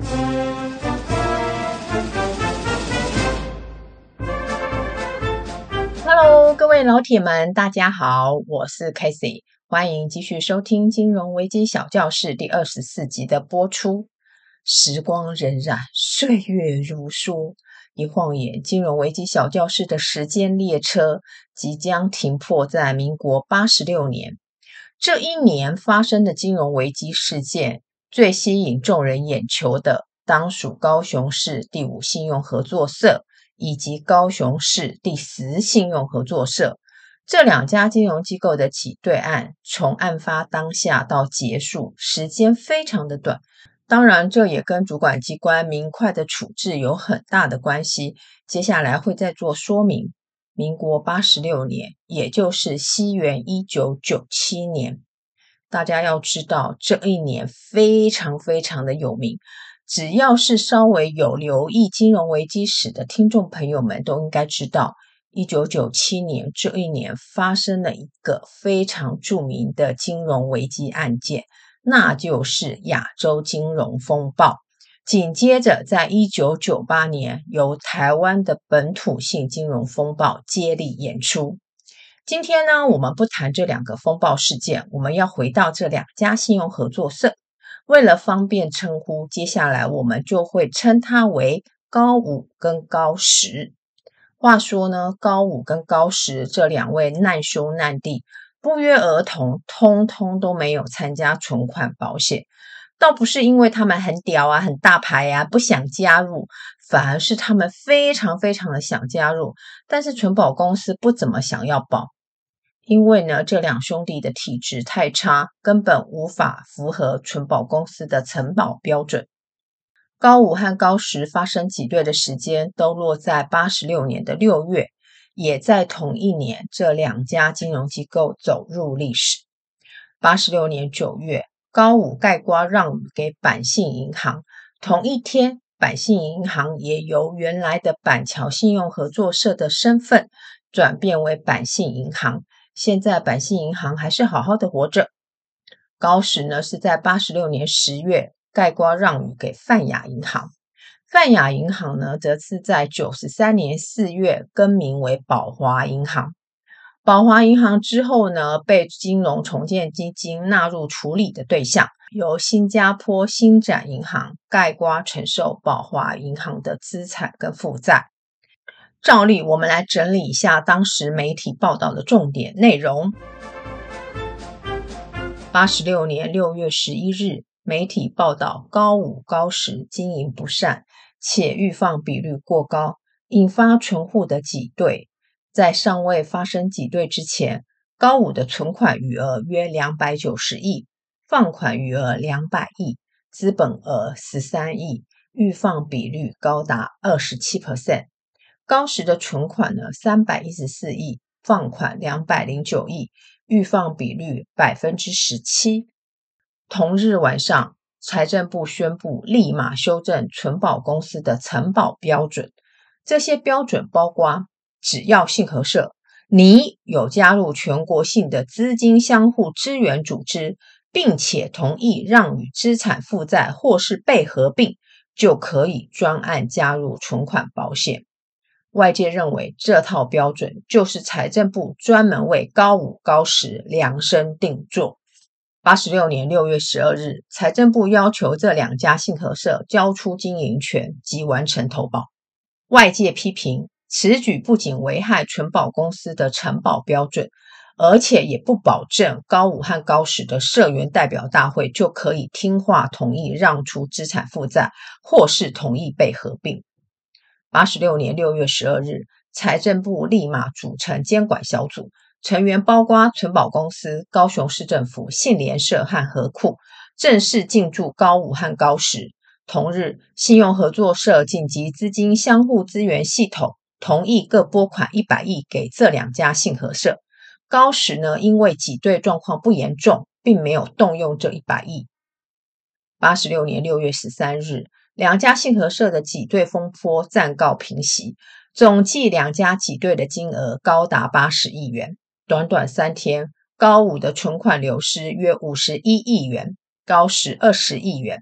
Hello，各位老铁们，大家好，我是 Casey， 欢迎继续收听金融危机小教室第24集的播出。时光荏苒，岁月如梭，一晃眼，金融危机小教室的时间列车即将停泊在民国86年。这一年发生的金融危机事件，最吸引众人眼球的，当属高雄市第5信用合作社以及高雄市第10信用合作社这两家金融机构的挤兑案，从案发当下到结束，时间非常的短。当然，这也跟主管机关明快的处置有很大的关系。接下来会再做说明。民国86年，也就是西元1997年。大家要知道，这一年非常非常的有名。只要是稍微有留意金融危机史的听众朋友们都应该知道，1997年这一年发生了一个非常著名的金融危机案件，那就是亚洲金融风暴。紧接着在1998年，由台湾的本土性金融风暴接力演出。今天呢，我们不谈这两个风暴事件，我们要回到这两家信用合作社。为了方便称呼，接下来我们就会称它为高5跟高10。话说呢，高5跟高10这两位难兄难弟，不约而同，通通都没有参加存款保险。倒不是因为他们很屌啊、很大牌啊，不想加入，反而是他们非常非常的想加入，但是存保公司不怎么想要保。因为呢，这两兄弟的体质太差，根本无法符合存保公司的承保标准。高5和高10发生挤兑的时间都落在86年的6月，也在同一年，这两家金融机构走入历史。86年9月，高5概括让与给板信银行，同一天，板信银行也由原来的板桥信用合作社的身份转变为板信银行。现在板信银行还是好好的活着。高10呢是在86年10月概括让与给泛亚银行，泛亚银行呢则是在93年4月更名为宝华银行。宝华银行之后呢，被金融重建基金纳入处理的对象，由新加坡新展银行概括承受宝华银行的资产跟负债。照例我们来整理一下当时媒体报道的重点内容。86年6月11日，媒体报道高5高10经营不善，且预放比率过高，引发存户的挤兑。在尚未发生挤兑之前，高5的存款余额约290亿，放款余额200亿，资本额13亿，预放比率高达 27%。高10的存款呢314亿，放款209亿，预放比率 17%。同日晚上，财政部宣布立马修正存保公司的承保标准。这些标准包括，只要信合社你有加入全国性的资金相互支援组织，并且同意让与资产负债或是被合并，就可以专案加入存款保险。外界认为这套标准就是财政部专门为高5高10量身定做。86年6月12日，财政部要求这两家信合社交出经营权及完成投保。外界批评此举不仅危害存保公司的承保标准，而且也不保证高5和高10的社员代表大会就可以听话同意让出资产负债，或是同意被合并。86年6月12日，财政部立马组成监管小组，成员包括存保公司、高雄市政府、信联社和合库，正式进驻高5和高10。同日，信用合作社紧急资金相互支援系统同意各拨款100亿给这两家信合社。高10呢，因为挤兑状况不严重，并没有动用这100亿。86年6月13日，两家信合社的挤兑风波暂告平息，总计两家挤兑的金额高达80亿元。短短3天，高5的存款流失约51亿元，高10 20亿元。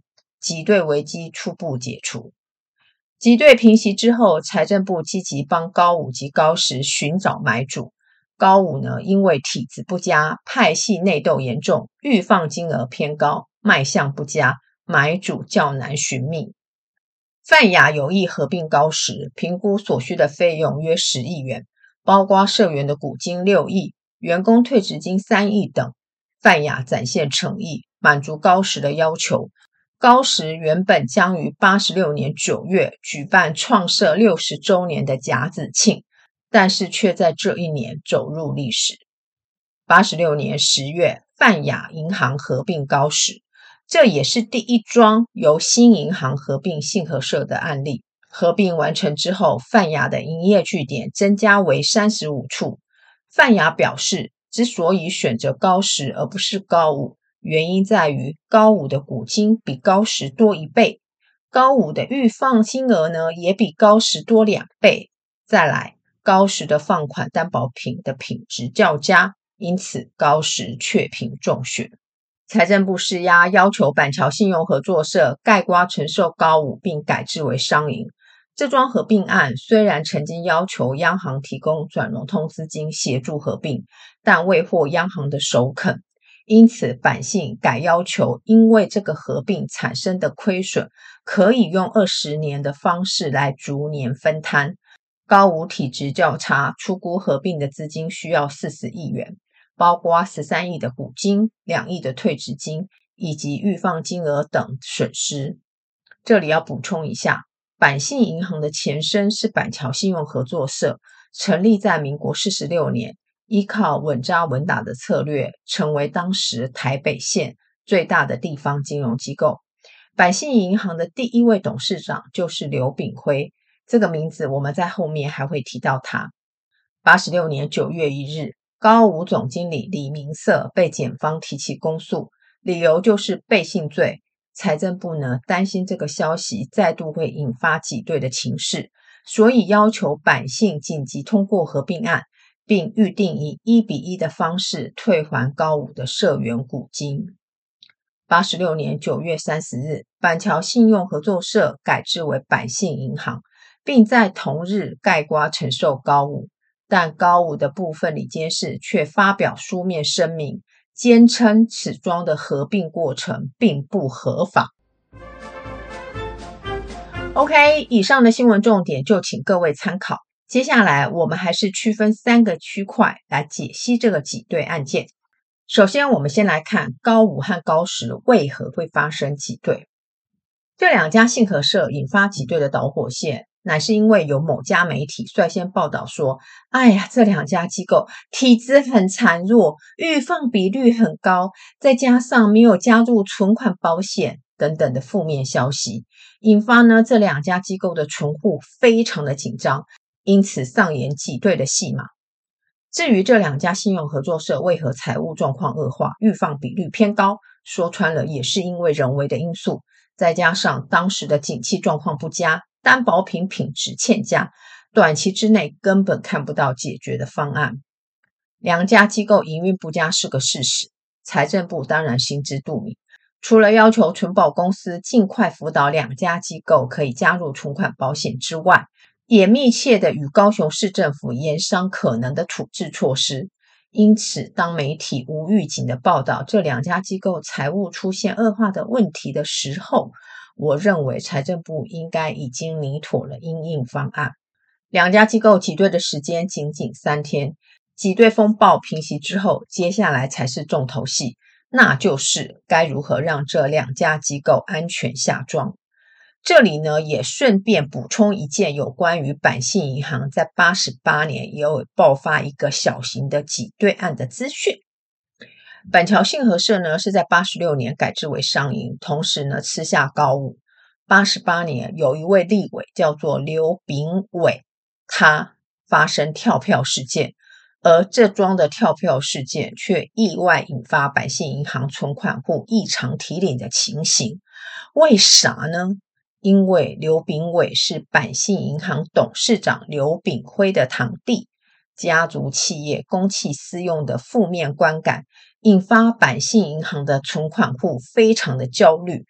挤兑危机初步解除。挤兑平息之后，财政部积极帮高武及高时寻找买主。高武呢，因为体质不佳，派系内斗严重，预放金额偏高，卖相不佳，买主较难寻觅。泛亚有意合并高时，评估所需的费用约10亿元，包括社员的股金6亿、员工退职金3亿等。泛亚展现诚意，满足高时的要求。高时原本将于86年9月举办创设60周年的甲子庆，但是却在这一年走入历史。86年10月，泛亚银行合并高时，这也是第一桩由新银行合并信和社的案例。合并完成之后，泛亚的营业据点增加为35处。泛亚表示，之所以选择高时而不是高武，原因在于高武的股金比高时多1倍，高武的预放金额呢也比高时多2倍。再来，高时的放款担保品的品质较佳，因此高时确评中选。财政部施压，要求板桥信用合作社概括承受高武，并改制为商银。这桩合并案虽然曾经要求央行提供转融通资金协助合并，但未获央行的首肯。因此，板信改要求，因为这个合并产生的亏损，可以用20年的方式来逐年分摊。高武体质较差，初估合并的资金需要40亿元，包括13亿的股金、2亿的退职金以及预放金额等损失。这里要补充一下，板信银行的前身是板桥信用合作社，成立在民国46年，依靠稳扎稳打的策略，成为当时台北县最大的地方金融机构。板信银行的第一位董事长就是刘炳辉，这个名字我们在后面还会提到他。86年9月1日，高武总经理李明色被检方提起公诉，理由就是背信罪。财政部呢担心这个消息再度会引发挤兑的情势，所以要求板信紧急通过合并案，并预定以1:1的方式退还高武的社员股金。86年9月30日，板桥信用合作社改制为板信银行，并在同日概括承受高武，但高武的部分理监事却发表书面声明，坚称此桩的合并过程并不合法。OK， 以上的新闻重点就请各位参考。接下来我们还是区分3个区块来解析这个挤兑案件。首先，我们先来看高武和高时为何会发生挤兑。这2家信和社引发挤兑的导火线，乃是因为有某家媒体率先报道说，哎呀，这2家机构体质很孱弱，预放比率很高，再加上没有加入存款保险等等的负面消息，引发呢这2家机构的存户非常的紧张，因此上演挤兑的戏码。至于这2家信用合作社为何财务状况恶化，预放比率偏高，说穿了也是因为人为的因素，再加上当时的景气状况不佳，担保品品质欠佳，短期之内根本看不到解决的方案。2家机构营运不佳是个事实，财政部当然心知肚明。除了要求存保公司尽快辅导2家机构可以加入存款保险之外，也密切的与高雄市政府研商可能的处置措施。因此，当媒体无预警的报道这2家机构财务出现恶化的问题的时候，我认为财政部应该已经拟妥了因应方案。2家机构挤兑的时间仅仅3天，挤兑风暴平息之后，接下来才是重头戏，那就是该如何让这2家机构安全下庄。这里呢，也顺便补充一件有关于板信银行在88年也有爆发一个小型的挤兑案的资讯。板桥信和社呢是在86年改制为商银，同时呢吃下高武。88年有一位立委叫做刘炳伟，他发生跳票事件，而这桩的跳票事件却意外引发板信银行存款户异常提领的情形。为啥呢？因为刘炳伟是板信银行董事长刘炳辉的堂弟，家族企业公器私用的负面观感，引发板信银行的存款户非常的焦虑，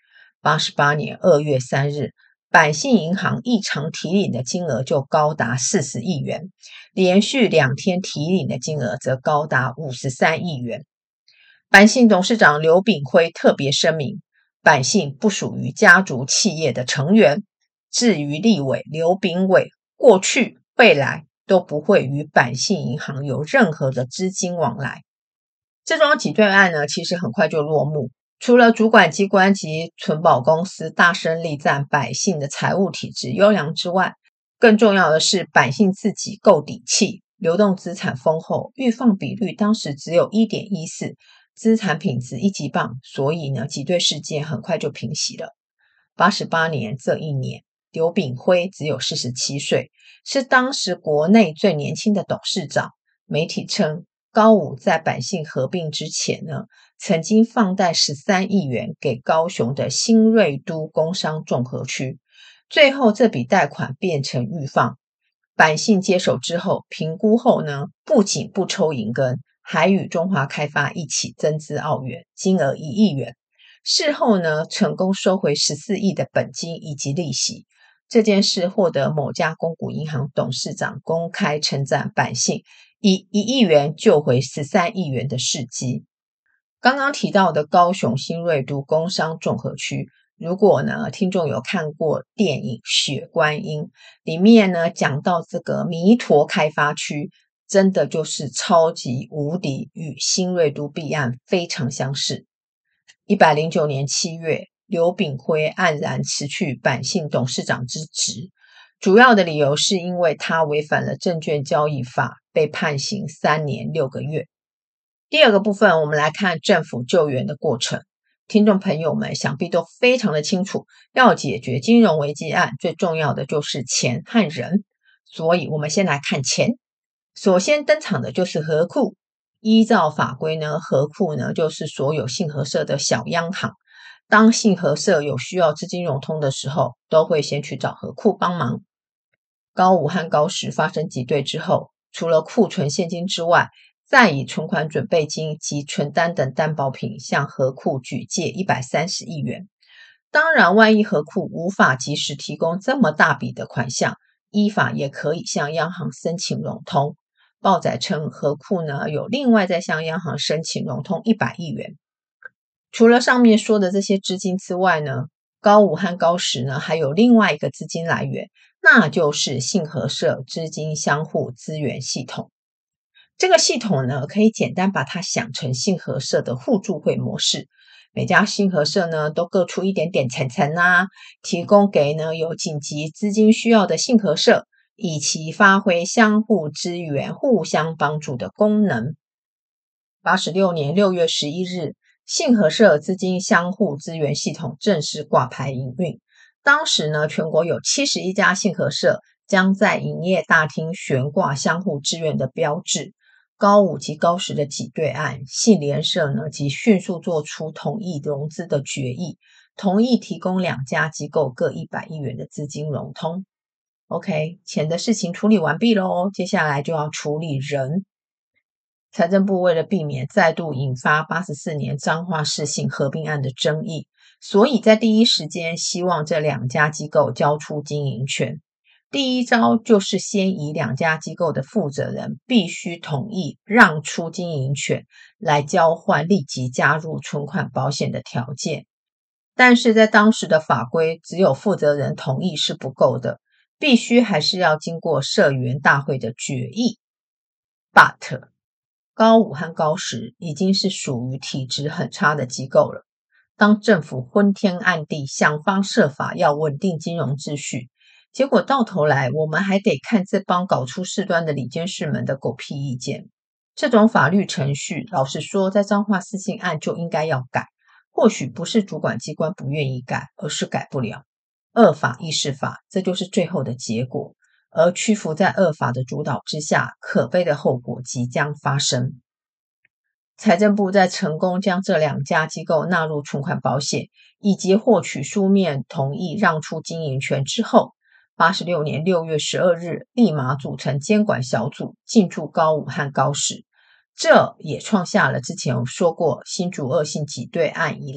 88年2月3日，百信银行异常提领的金额就高达40亿元，连续2天提领的金额则高达53亿元。百信董事长刘炳辉特别声明，百信不属于家族企业的成员，至于立委刘炳伟，过去未来都不会与百信银行有任何的资金往来。这桩挤兑案呢，其实很快就落幕。除了主管机关及存保公司大声力赞百信的财务体质优良之外，更重要的是百信自己够底气，流动资产丰厚，预放比率当时只有 1.14， 资产品质一级棒，所以呢，挤兑事件很快就平息了。88年这一年，刘炳辉只有47岁，是当时国内最年轻的董事长。媒体称，高武在百信合并之前呢，曾经放贷13亿元给高雄的新瑞都工商综合区，最后这笔贷款变成预放。百信接手之后，评估后呢，不仅不抽银根，还与中华开发一起增资澳元，金额1亿元。事后呢，成功收回14亿的本金以及利息。这件事获得某家公股银行董事长公开称赞百信以1亿元救回13亿元的事迹。刚刚提到的高雄新瑞都工商综合区，如果呢听众有看过电影《血观音》，里面呢讲到这个弥陀开发区，真的就是超级无敌，与新瑞都弊案非常相似。109年7月，刘炳辉黯然辞去百信董事长之职，主要的理由是因为他违反了证券交易法，被判刑3年6个月。第二个部分，我们来看政府救援的过程。听众朋友们想必都非常的清楚，要解决金融危机案，最重要的就是钱和人。所以我们先来看钱。首先登场的就是合库。依照法规呢，合库呢就是所有信合社的小央行。当信合社有需要资金融通的时候，都会先去找合库帮忙。高武和高石发生挤兑之后，除了库存现金之外，再以存款准备金及存单等担保品向合库举借130亿元。当然，万一合库无法及时提供这么大笔的款项，依法也可以向央行申请融通。报载称，合库呢有另外再向央行申请融通100亿元。除了上面说的这些资金之外呢，高武和高石呢还有另外一个资金来源，那就是信合社资金相互资源系统。这个系统呢，可以简单把它想成信合社的互助会模式。每家信合社呢都各出一点点钱提供给呢有紧急资金需要的信合社，以其发挥相互支援、互相帮助的功能。86年6月11日，信合社资金相互资源系统正式挂牌营运。当时呢，全国有71家信合社将在营业大厅悬挂相互支援的标志。高武及高石的挤兑案，信联社呢即迅速做出同意融资的决议，同意提供2家机构各100亿元的资金融通。OK， 钱的事情处理完毕咯，接下来就要处理人。财政部为了避免再度引发84年彰化市信合并案的争议，所以在第一时间希望这2家机构交出经营权。第一招就是先以2家机构的负责人必须同意让出经营权来交换立即加入存款保险的条件。但是在当时的法规，只有负责人同意是不够的，必须还是要经过社员大会的决议。But 高武和高石已经是属于体质很差的机构了。当政府昏天暗地想方设法要稳定金融秩序，结果到头来我们还得看这帮搞出事端的理监事们的狗屁意见。这种法律程序，老实说，在彰化四信案就应该要改。或许不是主管机关不愿意改，而是改不了。恶法亦是法，这就是最后的结果。而屈服在恶法的主导之下，可悲的后果即将发生。财政部在成功将这2家机构纳入存款保险，以及获取书面同意让出经营权之后，86年6月12日立马组成监管小组进驻高武和高石。这也创下了之前说过新竹恶性挤兑案以来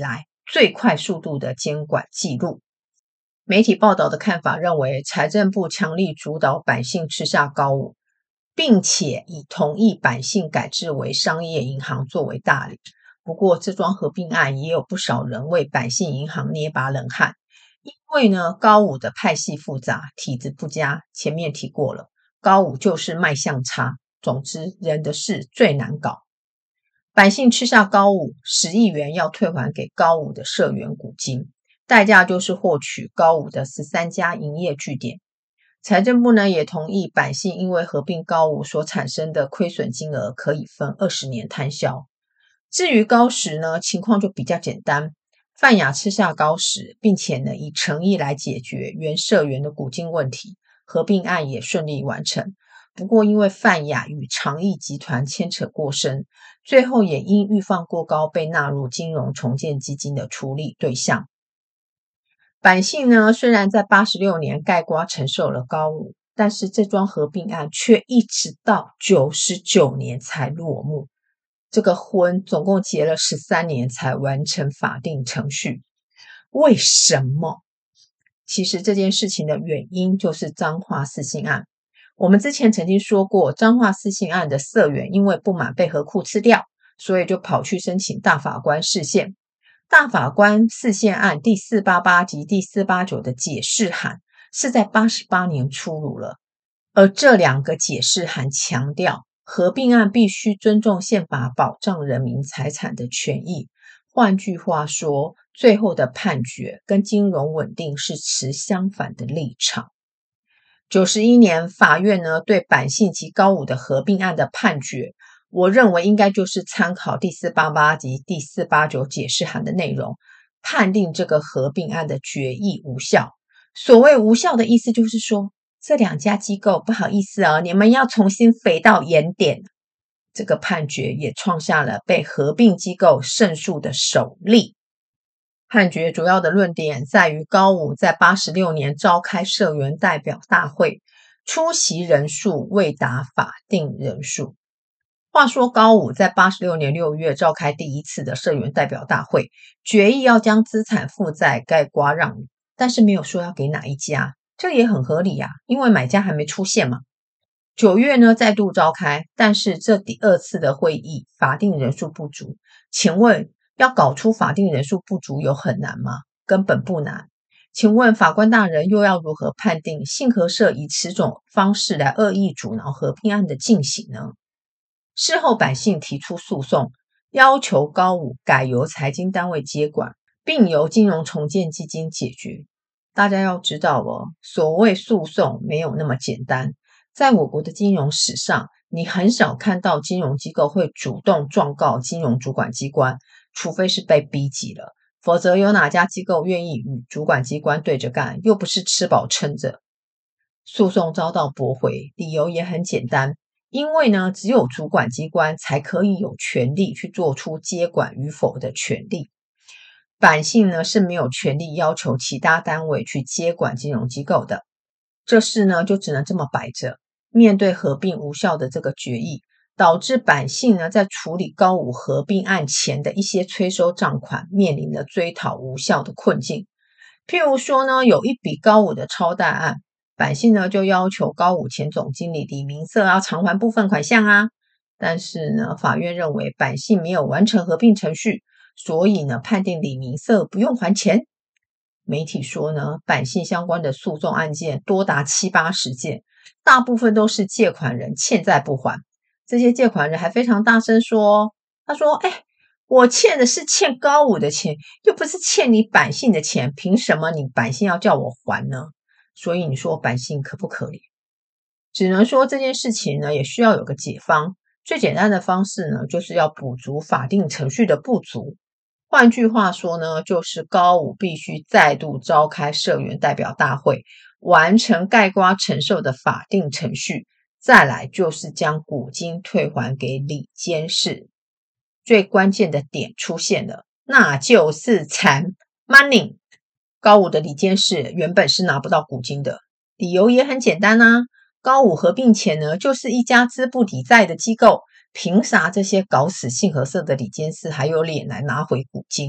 最快速度的监管记录。媒体报道的看法认为，财政部强力主导百姓吃下高舞，并且以同意百姓改制为商业银行作为大理。不过这桩合并案也有不少人为百姓银行捏把冷汗，因为呢高舞的派系复杂，体制不佳，前面提过了，高舞就是卖相差，总之人的事最难搞。百姓吃下高舞10亿元要退还给高舞的社员股金，代价就是获取高舞的13家营业据点。财政部呢也同意百姓因为合并高舞所产生的亏损金额可以分20年摊销。至于高时呢，情况就比较简单，泛亚吃下高时，并且呢以诚意来解决原社员的股金问题，合并案也顺利完成。不过因为泛亚与长益集团牵扯过深，最后也因预放过高被纳入金融重建基金的处理对象。百姓呢虽然在86年概括承受了高舞，但是这桩合并案却一直到99年才落幕。这个婚总共结了13年才完成法定程序。为什么？其实这件事情的原因就是彰化四信案。我们之前曾经说过，彰化四信案的社员因为不满被河库吃掉，所以就跑去申请大法官释宪。大法官释宪案第488及第489的解释函是在88年出炉了，而这两个解释函强调合并案必须尊重宪法保障人民财产的权益。换句话说，最后的判决跟金融稳定是持相反的立场。91年法院呢对百姓及高舞的合并案的判决，我认为应该就是参考第488及第489解释函的内容，判定这个合并案的决议无效。所谓无效的意思就是说，这两家机构不好意思哦，你们要重新回到原点。这个判决也创下了被合并机构胜诉的首例。判决主要的论点在于高舞在86年召开社员代表大会，出席人数未达法定人数。话说高舞在86年6月召开第一次的社员代表大会，决议要将资产负债概括让与，但是没有说要给哪一家，这也很合理啊，因为买家还没出现嘛。9月呢再度召开，但是这第二次的会议法定人数不足。请问要搞出法定人数不足有很难吗？根本不难。请问法官大人又要如何判定信和社以此种方式来恶意阻挠合并案的进行呢？事后百姓提出诉讼，要求高舞改由财经单位接管，并由金融重建基金解决。大家要知道哦，所谓诉讼没有那么简单。在我国的金融史上，你很少看到金融机构会主动状告金融主管机关，除非是被逼急了，否则有哪家机构愿意与主管机关对着干，又不是吃饱撑着。诉讼遭到驳回，理由也很简单，因为呢，只有主管机关才可以有权利去做出接管与否的权利。百姓呢是没有权利要求其他单位去接管金融机构的。这事呢就只能这么摆着。面对合并无效的这个决议，导致百姓呢在处理高舞合并案前的一些催收账款面临了追讨无效的困境。譬如说呢，有一笔高舞的超贷案，百姓呢就要求高舞前总经理李明瑟要偿还部分款项啊。但是呢，法院认为百姓没有完成合并程序，所以呢判定李明瑟不用还钱。媒体说呢，百姓相关的诉讼案件多达70-80件，大部分都是借款人欠债不还。这些借款人还非常大声说，他说我欠的是欠高舞的钱，又不是欠你百姓的钱，凭什么你百姓要叫我还呢？所以你说百姓可不可怜？只能说这件事情呢也需要有个解方，最简单的方式呢就是要补足法定程序的不足。换句话说呢，就是高舞必须再度召开社员代表大会，完成概括承受的法定程序，再来就是将股金退还给李监事。最关键的点出现了，那就是钱 money。高舞的李监事原本是拿不到股金的，理由也很简单啊，高舞合并前呢就是一家资不抵债的机构，凭啥这些搞死信和社的李监事还有脸来拿回股金？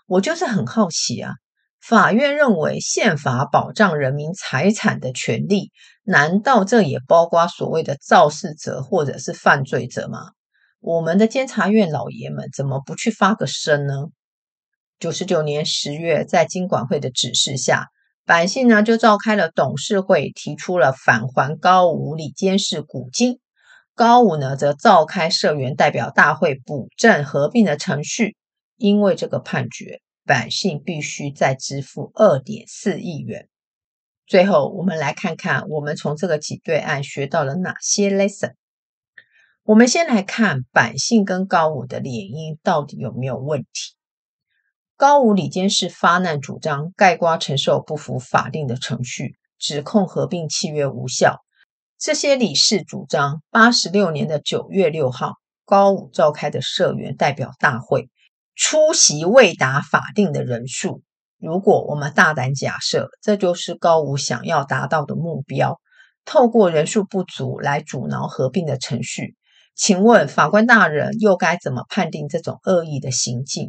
我就是很好奇啊，法院认为宪法保障人民财产的权利，难道这也包括所谓的肇事者或者是犯罪者吗？我们的监察院老爷们怎么不去发个声呢？99年10月，在金管会的指示下，百姓呢就召开了董事会，提出了返还高武理监事股金。高武呢则召开社员代表大会补正合并的程序。因为这个判决，百姓必须再支付 2.4 亿元。最后，我们来看看我们从这个挤兑案学到了哪些 lesson。我们先来看百姓跟高武的联姻到底有没有问题。高武理监事发难主张概括承受不符法定的程序，指控合并契约无效。这些理事主张86年的9月6号，高武召开的社员代表大会，出席未达法定的人数。如果我们大胆假设，这就是高武想要达到的目标，透过人数不足来阻挠合并的程序，请问法官大人又该怎么判定这种恶意的行径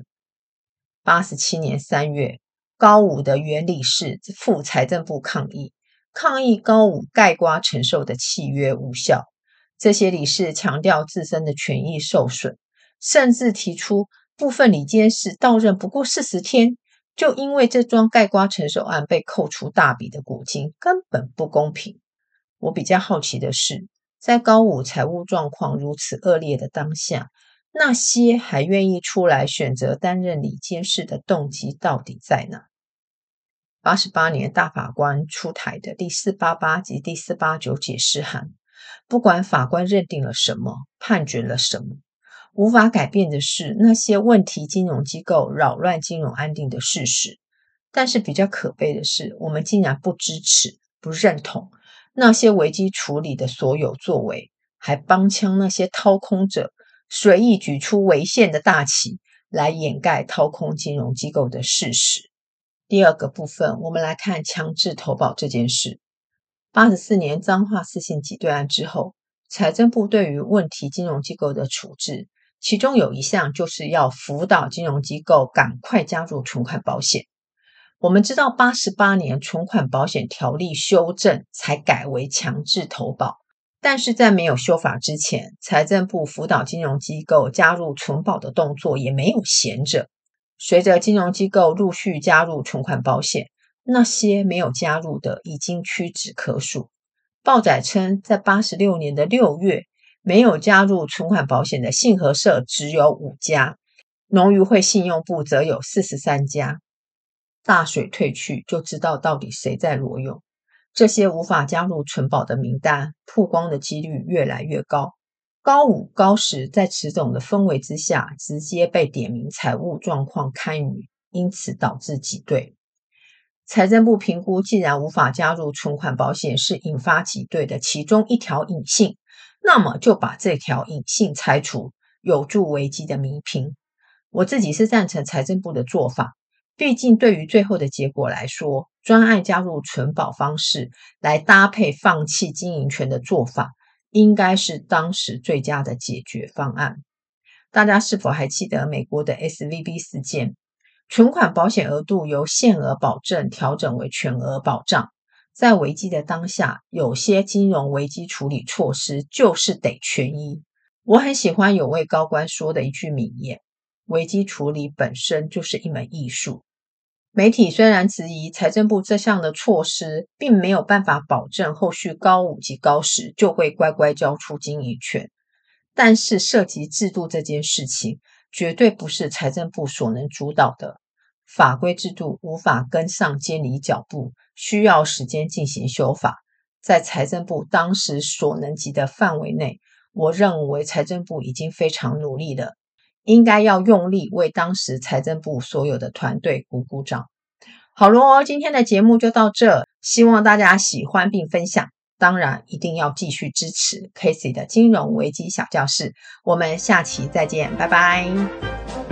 ？87年3月，高武的原理事赴财政部抗议高武概括承受的契约无效。这些理事强调自身的权益受损，甚至提出部分理监事到任不过40天，就因为这桩概括承受案被扣除大笔的股金，根本不公平。我比较好奇的是，在高武财务状况如此恶劣的当下，那些还愿意出来选择担任理监事的动机到底在哪？88年大法官出台的第488及第489解释函，不管法官认定了什么，判决了什么，无法改变的是那些问题金融机构扰乱金融安定的事实。但是比较可悲的是，我们竟然不支持、不认同那些危机处理的所有作为，还帮腔那些掏空者随意举出违宪的大旗来掩盖掏空金融机构的事实。第二个部分，我们来看强制投保这件事。84年彰化4姓挤兑案之后，财政部对于问题金融机构的处置，其中有一项就是要辅导金融机构赶快加入存款保险。我们知道88年存款保险条例修正才改为强制投保，但是在没有修法之前，财政部辅导金融机构加入存保的动作也没有闲着。随着金融机构陆续加入存款保险，那些没有加入的已经屈指可数。报载称，在86年的6月，没有加入存款保险的信合社只有5家，农渔会信用部则有43家。大水退去，就知道到底谁在裸泳。这些无法加入存保的名单，曝光的几率越来越高。高武、高石在此种的氛围之下，直接被点名财务状况堪虞，因此导致挤兑。财政部评估，既然无法加入存款保险是引发挤兑的其中一条隐性，那么就把这条隐性拆除，有助危机的弥平。我自己是赞成财政部的做法，毕竟对于最后的结果来说，专案加入存保方式来搭配放弃经营权的做法，应该是当时最佳的解决方案。大家是否还记得美国的 SVB 事件？存款保险额度由限额保证调整为全额保障。在危机的当下，有些金融危机处理措施就是得权益。我很喜欢有位高官说的一句名言：危机处理本身就是一门艺术。媒体虽然质疑财政部这项的措施并没有办法保证后续高武及高石就会乖乖交出经营权，但是涉及制度这件事情绝对不是财政部所能主导的。法规制度无法跟上监理脚步，需要时间进行修法。在财政部当时所能及的范围内，我认为财政部已经非常努力了，应该要用力为当时财政部所有的团队鼓鼓掌。好咯，今天的节目就到这，希望大家喜欢并分享。当然一定要继续支持 Casey 的金融危机小教室，我们下期再见，拜拜。